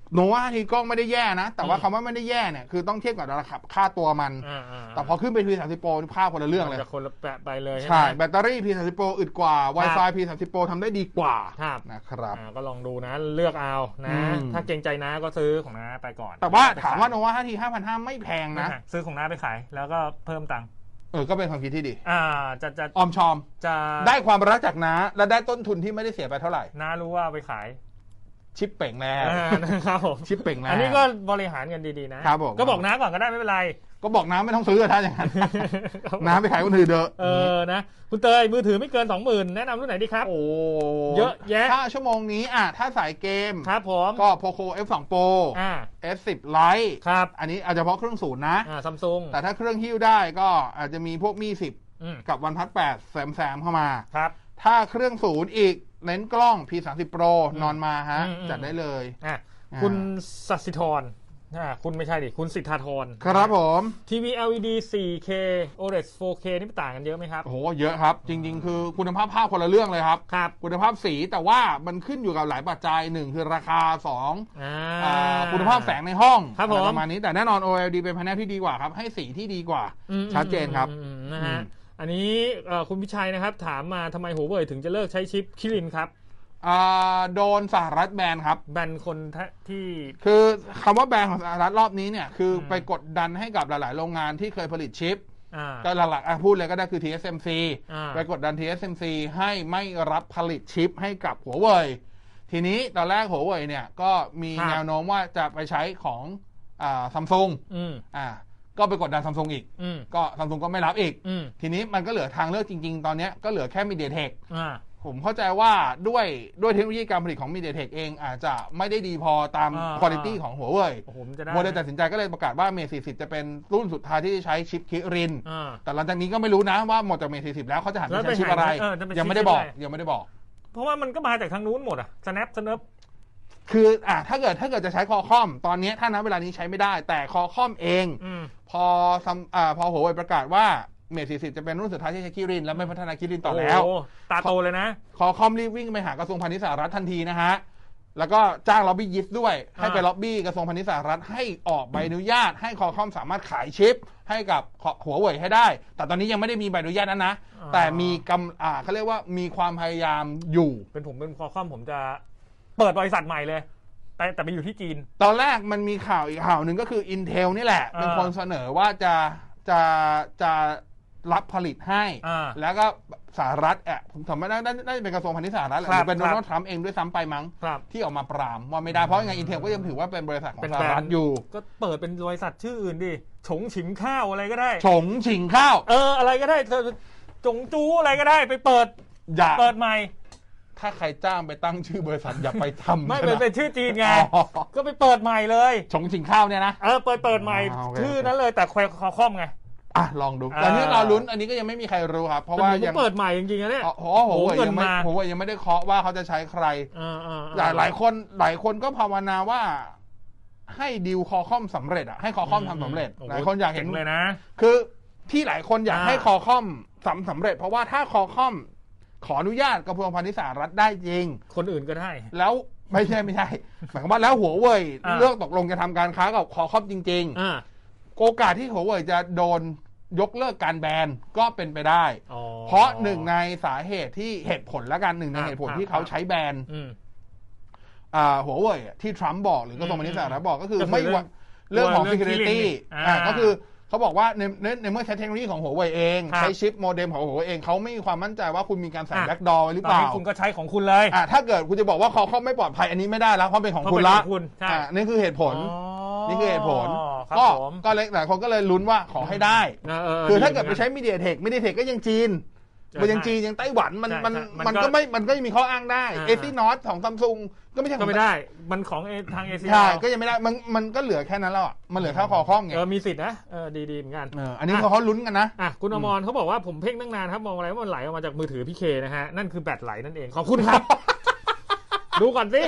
โนวาทีกล้องไม่ได้แย่นะแต่ว่าคำว่าไม่ได้แย่เนี่ยคือต้องเทียบกับราคาค่าตัวมันแต่พอขึ้นไป พี สามสิบ Pro ภาพคนละเรื่องเลยคนละแปะไปเลยใช่แบตเตอรี่ พี สามสิบ Pro อึดกว่า Wi-Fi พี สามสิบ Pro ทำได้ดีกว่านะครับก็ลองดูนะเลือกเอานะถ้าเกรงใจนะก็ซื้อของน้าไปก่อนแต่ว่าถามว่าโนวา ห้าที ห้าพันห้าร้อย ไม่แพงนะซื้อของน้าไปขายแล้วก็เพิ่มตังค์เออก็เป็นความคิดที่ดีอ่าจะจะออมชอมจะได้ความรักจากน้าและได้ต้นทุนที่ไม่ได้เสียไปเท่าไหร่น้ารู้ว่าไปขายชิปเป่งแล้วนะครับผมชิปเป่งแล้วอันนี้ก็บริหารกันดีๆนะครับผมก็บอกน้าก่อนก็ได้ไม่เป็นไรก็บอกน้าไม่ต้องซื้อถ้าอย่างนั้นน้าไปขายคนอื่นเด้อเออนะคุณเตยมือถือไม่เกิน สองหมื่น แนะนำรุ่นไหนดีครับโอ้เยอะแยะถ้าชั่วโมงนี้อ่ะถ้าสายเกมครับผมก็ Poco เอฟ สอง Pro อ่าเอส สิบ Lite ครับอันนี้อาจจะเฉพาะเครื่องศูนย์นะอ่า Samsung แต่ถ้าเครื่องหิ้วได้ก็อาจจะมีพวกมีสิบกับ OnePlus แปดแซมๆเข้ามาครับถ้าเครื่องศูนย์อีกเน้นกล้อง พี สามสิบ Pro นอนมาฮะจัดได้เลยอ่ะคุณสัสิธรอ่าคุณไม่ใช่ดิคุณสิทธาธรครับผมทีวี แอล อี ดี โฟร์เค โอ แอล อี ดี โฟร์เค นี่ต่างกันเยอะไหมครับโอ้โหเยอะครับจริงๆคือคุณภาพภาพคนละเรื่องเลยครับครับคุณภาพสีแต่ว่ามันขึ้นอยู่กับหลายปัจจัยหนึ่งคือราคาสองอ่าคุณภาพแสงในห้องประมาณนี้แต่แน่นอน โอ แอล อี ดี เป็นแผนที่ดีกว่าครับให้สีที่ดีกว่าชัดเจนครับนะฮะอันนี้คุณพิชัยนะครับถามมาทำไมหัวเว่ยถึงจะเลิกใช้ชิปคิรินครับโดนสหรัฐแบนครับแบนคนที่คือคำว่าแบนของสหรัฐรอบนี้เนี่ยคือไปกดดันให้กับหลายๆโรงงานที่เคยผลิตชิปก็หลักๆพูดเลยก็ได้คือ ที เอส เอ็ม ซี ไปกดดัน ที เอส เอ็ม ซี ให้ไม่รับผลิตชิปให้กับหัวเว่ยทีนี้ตอนแรกหัวเว่ยเนี่ยก็มีแนวโน้มว่าจะไปใช้ของซัมซุงอ่าก็ไปกดดันซัมซุงอีกก็ซัมซุงก็ไม่รับอีกทีนี้มันก็เหลือทางเลือกจริงๆตอนนี้ก็เหลือแค่ MediaTekผมเข้าใจว่าด้วยด้วยเทคโนโลยีการผลิตของ MediaTek เองอาจจะไม่ได้ดีพอตามคุณภาพของหัวเว่ยโมเดลตัดสินใจก็เลยประกาศว่า Mate สี่สิบจะเป็นรุ่นสุดท้ายที่ใช้ชิปคิรินแต่หลังจากนี้ก็ไม่รู้นะว่าหมดจาก Mate สี่สิบแล้วเขาจะหันไปใช้ชิปอะไรยังไม่ได้บอกยังไม่ได้บอกเพราะว่ามันก็มาจากทางนู้นหมดอะ Snap Snap คืออ่ะถ้าเกิดถ้าเกิดจะใช้คอคอมตอนนี้ถ้าณเวลานี้ใช้ไม่ได้แต่คอคอมเองพออ่าพอหัวเว่ยประกาศว่าเมทสี่สิบจะเป็นรุ่นสุดท้ายที่ใช้คิรินและไม่พัฒนาคิรินต่อแล้วตาโตเลยนะคอคอมรีบวิ่งไปหากระทรวงพาณิชย์สหรัฐทันทีนะฮะแล้วก็จ้างล็อบบี้ยิสต์ด้วยให้ไปล็อบบี้กระทรวงพาณิชย์สหรัฐให้ออกใบอนุญาตให้คอคอมสามารถขายชิปให้กับหัวเว่ยให้ได้แต่ตอนนี้ยังไม่ได้มีใบอนุญาตนั้นนะแต่มีกำอ่าเขาเรียกว่ามีความพยายามอยู่เป็นผมเป็นคอคอมผมจะเปิดบริษัทใหม่เลยแต่แต่ไปอยู่ที่จีนตอนแรกมันมีข่าวอีกข่าวหนึ่งก็คือ Intel นี่แหละเป็นคนเสนอว่าจะจะจะรับผลิตให้แล้วก็สหรัฐแอบผมถามว่าน่าจะเป็นกระทรวงพาณิชย์สหรัฐหรือเป็นโดนัลด์ทรัมป์เองด้วยซ้ำไปมั้งที่ออกมาปรามว่าไม่ได้เพราะยังไง Intel ก็ยังถือว่าเป็นบริษัทของสหรัฐอยู่ก็เปิดเป็นบริษัทชื่ออื่นดิฉงฉิงข้าวอะไรก็ได้ฉงฉิงข้าวเอออะไรก็ได้จงจูอะไรก็ได้ไปเปิดอย่าเปิดใหม่ถ้าใครจ้างไปตั้งชื่อบริษัทอย่าไปทำไม่เป็นชื่อจีนไงก็ไปเปิดใหม่เลยฉงฉิงข้าวเนี่ยนะเออเปิดเปิดใหม่ชื่อนั้นเลยแต่คอคอมไงอ่ะลองดูแต่นี่เราลุ้นอันนี้ก็ยังไม่มีใครรู้ครับเพราะว่ายังเปิดใหม่จริงๆนะเนี่ยโอ้โหยังไม่ผมว่ายังไม่ได้เคาะว่าเขาจะใช้ใครหลายหลายคนหลายคนก็ภาวนาว่าให้ดีลคอคอมสำเร็จอ่ะให้คอคอมทำสำเร็จหลายคนอยากเห็นเลยนะคือที่หลายคนอยากให้คอคอมสำสำเร็จเพราะว่าถ้าคอคอมขออนุญาตกระทรวงพาณิชย์สหรัฐได้จริงคนอื่นก็ได้แล้วไม่ใช่ไม่ใช่หมายความว่าแล้วหัวเว่ยเลือกตกลงจะทำการค้ากับคอคอมจริงๆโอกาสที่หัวเว่ยจะโดนยกเลิกการแบนก็เป็นไปได้เพราะหนึ่งในสาเหตุที่เหตุผลและกันหนึ่งในเหตุผลที่เขาใช้แบนหัวเว่ยที่ทรัมป์บอกหรือกระทรวงพาณิชย์สหรัฐบอกก็คือไม่เรื่องของ security ก็คือเขาบอกว่าในในเมื่อใช้เทคโนโลยีของหัวเว่ยเองใช้ชิปโมเด็มของหัวเว่ยเองเขาไม่มีความมั่นใจว่าคุณมีการใส่แบ็กดอร์หรือเปล่าคุณก็ใช้ของคุณเลยอ่าถ้าเกิดคุณจะบอกว่าคอคอมไม่ปลอดภัยอันนี้ไม่ได้แล้วเพราะเป็นของคุณละอ่านี่คือเหตุผลนี่คือเหตุผลก็ก็เล็กหลายคนก็เลยลุ้นว่าขอให้ได้คือถ้าเกิดไปใช้ MediaTek MediaTek ก็ยังจีนมันยังจีนยังไต้หวันมันมันมันก็ไม่มันก็ยังมีข้ออ้างได้เอซี่นอตของซัมซุงก็ไม่ใช่ก็ไม่ได้มันของทางเอเชียใช่ก็ยังไม่ได้มันมันก็เหลือแค่นั้นแล้วอ่ะมันเหลือแค่คอคอมไงเออมีสิทธิ์นะเออดีๆเหมือนกันเอออันนี้เขาลุ้นกันนะอ่ะคุณอมรเขาบอกว่าผมเพ่งตั้งนานครับมองอะไรว่ามันไหลออกมาจากมือถือพี่เคนะฮะนั่นคือแบตไหลนั่นเองขอบคุณครับดูก่อนสิ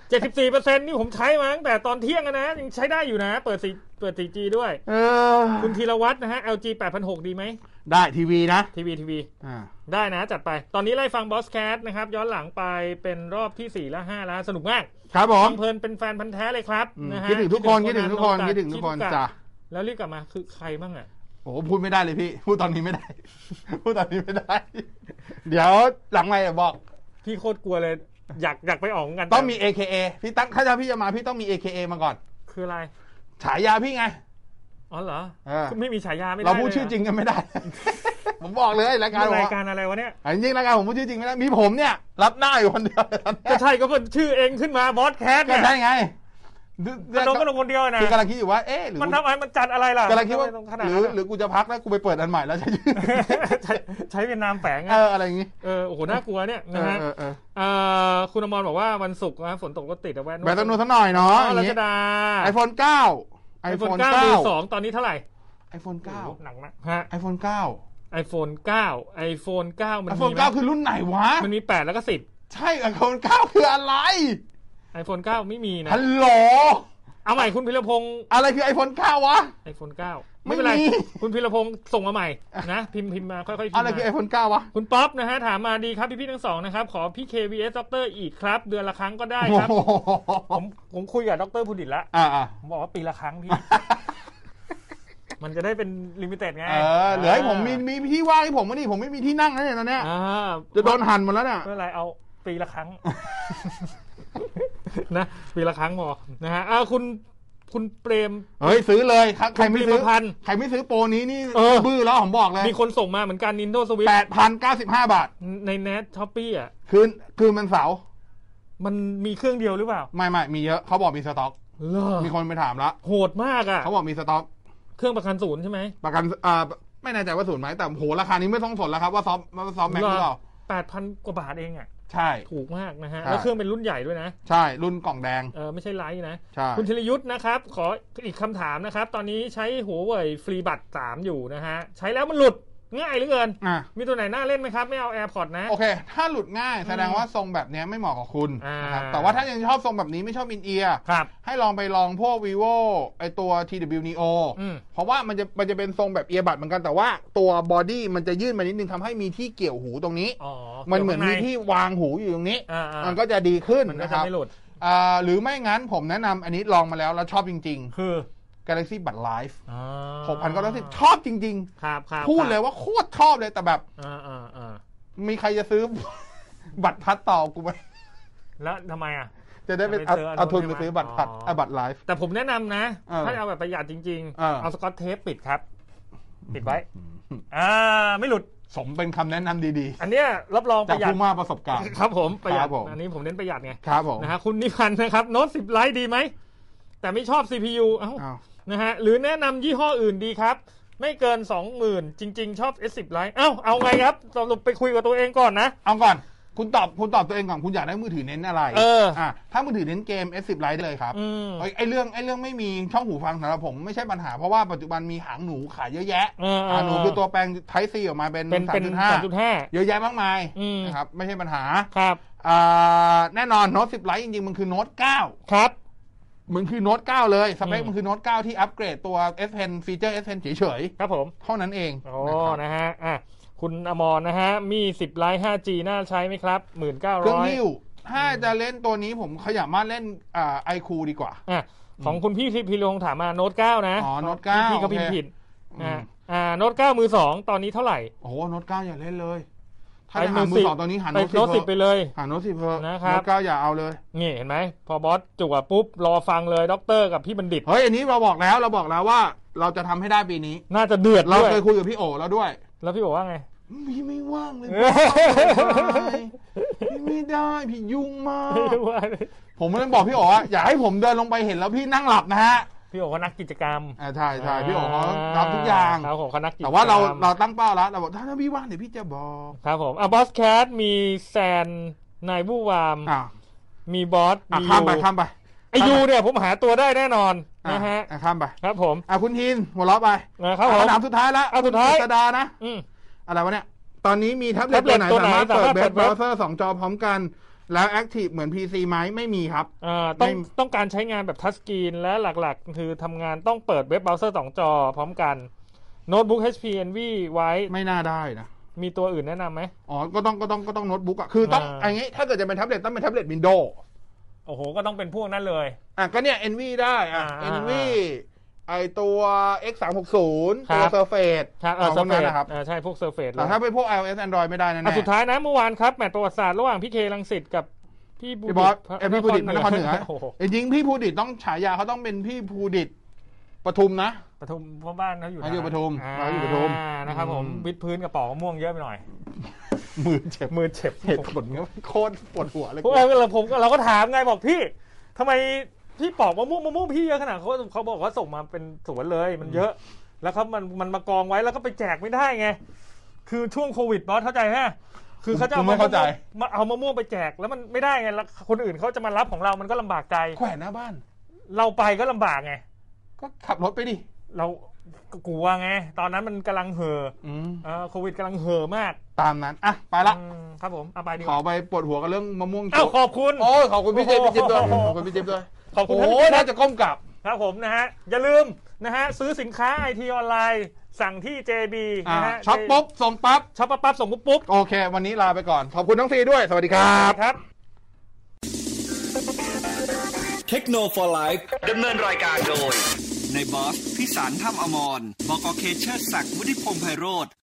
เจ็ดสิบสี่เปอร์เซ็นต์นี่ผมใช้มาตั้งแต่ตอนเที่ยงนะยังใช้ได้อยู่นะเปิดสี่เปิด สี่จี ด้วยเออคุณธีรวัฒน์นะฮะ แอล จี แปดพันหกร้อย ดีไหมได้ทีวีนะทีวีทีวีอ่าได้นะจัดไปตอนนี้ไล่ฟังบอสแคสนะครับย้อนหลังไปเป็นรอบที่สี่และห้าแล้วสนุกมากครับผมเพลินเป็นแฟนพันธุ์แท้เลยครับนะฮะคิดถึงทุกคนคิดถึงทุกคนคิดถึงทุกคนจ้ะแล้วรีบกลับมาคือใครบ้างอ่ะโอ้พูดไม่ได้เลยพี่พูดตอนนี้ไม่ได้พูดตอนนี้ไม่ได้เดี๋ยวหลังไมค์บอกพี่โคตรกลัวเลยอยากอยากไปออกกันต้องมี เอ เค เอ พี่ตั้งถ้าจะพี่จะมาพี่ต้องมี เอ เค เอ มาก่อนคืออะไรฉายาพี่ไงอ๋อเหรอไม่มีฉายาไม่ได้เราพูดชื่อจริงกันไม่ได้ผมบอกเลยรายการรายการอะไรวะเนี่ยจริงรายการผมพูดชื่อจริงไม่ได้มีผมเนี่ยรับหน้าอยู่คนเดียวก็ใช่ก็เป็นชื่อเองขึ้นมาบอสแคสก็ใช่ไงมันลงก็ลงคนเดียวนะคือกำลังคิดอยู่ว่าเอ๊ะมันทำไมมันจัดอะไรล่ะกำลังคิดว่าหรือหรือกูจะพักแล้วกูไปเปิดอันใหม่แล้วใช้ชื่อใช้เป็นนามแฝงเอออะไรอย่างงี้เออโอ้โหน่ากลัวเนี่ยนะฮะคุณอมรบอกว่าวันศุกร์นะฝนตกรถติดแวะแวะตรงนู้นสักหน่อยเนาะราชดาไอโฟน เก้าไอโฟน เก้ามือสองตอนนี้เท่าไหร่ไอโฟน เก้าหนักมากฮะไอโฟน เก้าไอโฟน เก้าไอโฟน เก้ามันมีไอโฟน เก้าคือรุ่นไหนวะมันมีแปดแล้วก็สิบใช่ไอโฟน เก้าคืออะไรไอโฟน เก้าไม่มีนะฮัลโหลเอาใหม่คุณพิรพงศ์อะไรคือไอโฟน เก้าวะไอโฟน เก้าไม่เป็นไรคุณพิรพงศ์ส่งมาใหม่นะพิมพ์พิมพ์มาค่อยๆพิมพ์อะไรคือไอโฟน เก้าวะคุณป๊อปนะฮะถามมาดีครับพี่ๆทั้งสองนะครับขอพี่ เค วี เอส ด็อกเตอร์อีกครับเดือนละครั้งก็ได้ครับผมผมคุยกับด็อกเตอร์พูดิตแล้วผมบอกว่าปีละครั้งพี่มันจะได้เป็นลิมิเต็ดไงเออเหลือให้ผมมีมีที่ว่างให้ผมไม่ดิผมไม่มีที่นั่งนะเนี่ยตอนเนี้ยจะโดนหั่นหมดแล้วเนี่ยไม่เป็นไรเอาปีละครั้งนะปีละครั้งพอนะฮะอ้าวคุณคุณเปรมเฮ้ยซื้อเลยครับใครไม่ซื้อใครไม่ซื้อโปรนี้นี่บื้อแล้วผมบอกเลยมีคนส่งมาเหมือนกัน Nintendo Switch แปดพันเก้าสิบห้าบาทใน Net Shopee อ่ะคืนคืนมันเสาร์มันมีเครื่องเดียวหรือเปล่าไม่ไม่มีเยอะเขาบอกมีสต็อกมีคนไปถามแล้วโหดมากอ่ะเขาบอกมีสต็อกเครื่องประกันศูนย์ใช่ไหมประกันอ่าไม่แน่ใจว่าศูนย์ไหมแต่โหราคานี้ไม่ต้องสนแล้วครับว่าซอฟว่าซอฟแม็กหรือเปล่าแปดพันกว่าบาทเองอ่ะใช่ถูกมากนะฮะแล้วเครื่องเป็นรุ่นใหญ่ด้วยนะใช่รุ่นกล่องแดงเออไม่ใช่ไลท์นะใช่คุณธีรยุทธ์นะครับขออีกคำถามนะครับตอนนี้ใช้หัวเว่ยฟรีบัตรสามอยู่นะฮะใช้แล้วมันหลุดง่ายเหลือเกินมีตัวไหนน่าเล่นไหมครับไม่เอา AirPods นะโอเคถ้าหลุดง่ายแสดงว่าทรงแบบนี้ไม่เหมาะกับคุณนะครับแต่ว่าถ้ายังชอบทรงแบบนี้ไม่ชอบอินเอียร์ให้ลองไปลองพวก vivo ไอตัว ที ดับเบิลยู Neo เพราะว่ามันจะมันจะเป็นทรงแบบเอียร์บัดเหมือนกันแต่ว่าตัวบอดี้มันจะยื่นมานิดนึงทำให้มีที่เกี่ยวหูตรงนี้มันเหมือนมีที่วางหูอยู่ตรงนี้มันก็จะดีขึ้นนะครับหรือไม่งั้นผมแนะนำอันนี้ลองมาแล้วแล้วชอบจริงๆคือGalaxy Buds Live หกพันเก้าร้อยสิบชอบจริงๆพูดเลยว่าโคตรชอบเลยแต่แบบมีใครจะซื้อบัตรพัดต่อกูไหมแล้วทำไมอ่ะจะได้ไปเอาทุนไปซื้อบัตรพัดบัตรไลฟ์แต่ผมแนะนำนะถ้าเอาแบบประหยัดจริงๆเอาสกอตเทปปิดครับปิดไว้อ่าไม่หลุดสมเป็นคำแนะนำดีๆอันเนี้ยรับรองประหยัดจากผู้มาประสบการณ์ครับผมประหยัดอันนี้ผมเน้นประหยัดไงครับผมนะฮะคุณนิพันธ์นะครับโน้ตสิบไลท์ดีไหมแต่ไม่ชอบ ซี พี ยู เอ้านะฮะหรือแนะนำยี่ห้ออื่นดีครับไม่เกิน สองหมื่น จริงๆชอบ เอส สิบ Lite เอ้าเอาไงครับสรุปไปคุยกับตัวเองก่อนนะเอาก่อนคุณตอบคุณตอบตัวเองก่อนคุณอยากได้มือถือเน้นอะไรเอออ่ะถ้ามือถือเน้นเกม เอส สิบ Lite ได้เลยครับไอ้ไอ้เรื่องไอ้เรื่องไม่มีช่องหูฟังสำหรับผมไม่ใช่ปัญหาเพราะว่าปัจจุบันมีหางหนูขายเยอะแยะหางหนูคือตัวแปลง Type C ออกมาเป็น สามจุดห้า เยอะแยะมากมายนะครับไม่ใช่ปัญหาครับอ่าแน่นอนโน้ตสิบ Lite จริงๆมันคือโน้ตเก้าครับมันคือโน้ตเก้าเลยสเปคมันคือโน้ตเก้าที่อัปเกรดตัว S Pen ฟีเจอร์ S Pen เฉยๆครับผมเท่านั้นเองโอ้นะฮะอ่ะคุณอมรนะฮะมีสิบไลท์ ห้าจี น่าใช้ไหมครับ หนึ่งพันเก้าร้อยเครื่องฮิ้วถ้าจะเล่นตัวนี้ผมขยับมาเล่นอ่า ไอ คู ดีกว่าอ่ะของคุณพี่พีรพงศ์ถามมาโน้ตเก้านะอ๋อโน้ตเก้าพี่ก็พิมพ์ผิดอ่าอ่าโน้ตเก้ามือสองตอนนี้เท่าไหร่โอ้โหโน้ตเก้าอย่าเล่นเลยถ้าจะหามือสองตอนนี้หาโน้ตสิบไปเลยหาโน้ตสิบเพอนะครับโน้ตเก้าอย่าเอาเลยนี่เห็นไหมพอบอสจุกปุ๊บรอฟังเลยด็อกเตอร์กับพี่บัณฑิตเฮ้ยอันนี้เราบอกแล้วเราบอกแล้วว่าเราจะทำให้ได้ปีนี้น่าจะเดือดเราเคยคุยกับพี่โอแล้วด้วยแล้วพี่โอว่าไงพี่ไม่ว่างเลยพี่ไม่ได้พี่ยุ่งมากผมไม่ได้บอกพี่โอว่าอยากให้ผมเดินลงไปเห็นแล้วพี่นั่งหลับนะฮะพี่โอเขานักกิจกรรมอ่าใช่ใช่พี่โอเขาทำทุกอย่างเขาของเขานักกิจกรรมแต่ว่าเราเราตั้งเป้าแล้วเราบอกถ้าพี่ว่างเดี๋ยวพี่จะบอกครับผมอ่ะบอสแคทมีแซนนายบูวามมีบอสมีข้ามไปข้ามไปไอยูเนี่ยผมหาตัวได้แน่นอนนะฮะข้ามไปครับผมอ่ะคุณทินหัวเราะไปครับผมคำถามสุดท้ายแล้วอ่ะสุดท้ายกระดานะอะไรวะเนี่ยตอนนี้มีแท็บเล็ตตัวไหนสามารถเปิดเว็บเบราว์เซอร์สองจอพร้อมกันแล้ว Active เหมือน พี ซี ไหมไม่มีครับอ่าต้องต้องการใช้งานแบบทัชสกรีนและหลักๆคือทำงานต้องเปิดเว็บเบราว์เซอร์สองจอพร้อมกันโน้ตบุ๊ก เอช พี Envy ไว้ไม่น่าได้นะมีตัวอื่นแนะนำไหมอ๋อก็ต้องก็ต้องก็ต้องโน้ตบุ๊กอ่ะคือต้องอย่างงี้ถ้าเกิดจะเป็นแท็บเล็ตต้องเป็นแท็บเล็ต Windows โอ้โหก็ต้องเป็นพวกนั้นเลยอ่ะก็เนี่ย Envy ได้อ่ะ Envy ไอตัว เอ็กซ์ สามหกศูนย์ ตัว Surface ครับเออ Surface นะครับใช่พวก Surface แต่ถ้าเป็นพวก iOS Android ไม่ได้แน่ๆสุดท้ายนะเมื่อวานครับแมตช์ประวัติศาสตร์ระหว่างพี่เครังสิตกับพี่ภูดิตเอ้พี่ภูดิตนครเหนือจริงๆพี่ภูดิตต้องฉายาเขาต้องเป็นพี่ภูดิตปทุมนะปทุมเพราะบ้านเขาอยู่เขาอยู่ปทุมเขาอยู่ปทุมนะครับผมวิดพื้นกับปอกมะม่วงเยอะไปหน่อยมือเจ็บมือเจ็บเหตุผลก็โคตรปวดหัวเลยพวกเราผมเราก็ถามไงบอกพี่ทำไมพี่ปอกมะม่วงมะม่วงพี่เยอะขนาดเขาเขาบอกว่าส่งมาเป็นสวนเลยมันเยอะแล้วครับมันมันมากองไว้แล้วก็ไปแจกไม่ได้ไงคือช่วงโควิดบอสเข้าใจไหมคือเขาจะเอามาเอามะม่วงไปแจกแล้วมันไม่ได้ไงแล้วคนอื่นเขาจะมารับของเรามันก็ลำบากใจแขวนหน้าบ้านเราไปก็ลำบากไงก็ขับรถไปดิเรากลัวไงตอนนั้นมันกำลังเห่อเออโควิดกำลังเห่อมากตามนั้นอ่ะไปละครับผมเอาไปดีขอไปปวดหัวกับเรื่องมะม่วงอ้าวขอบคุณโอ้ขอบคุณพี่เจพี่จิ๊บด้วยขอบคุณพี่จิ๊บด้วยขอบคุณโอ้น่าจะก้มกลับครับผมนะฮะอย่าลืมนะฮะซื้อสินค้า ไอ ที ออนไลน์สั่งที่ เจ บี นะฮะช็อปปุ๊บส่งปั๊บช็อปปั๊บส่งปุ๊บปุ๊บโอเควันนี้ลาไปก่อนขอบคุณน้องซีด้วยสวัสดีครับครับเทคโนโลยีไลฟ์ดำเนินรายการโดยในบอสพิสารถ้ำอมร บก.เคเชอร์ศักดิ์วุฒิพงษ์ไพโรจน์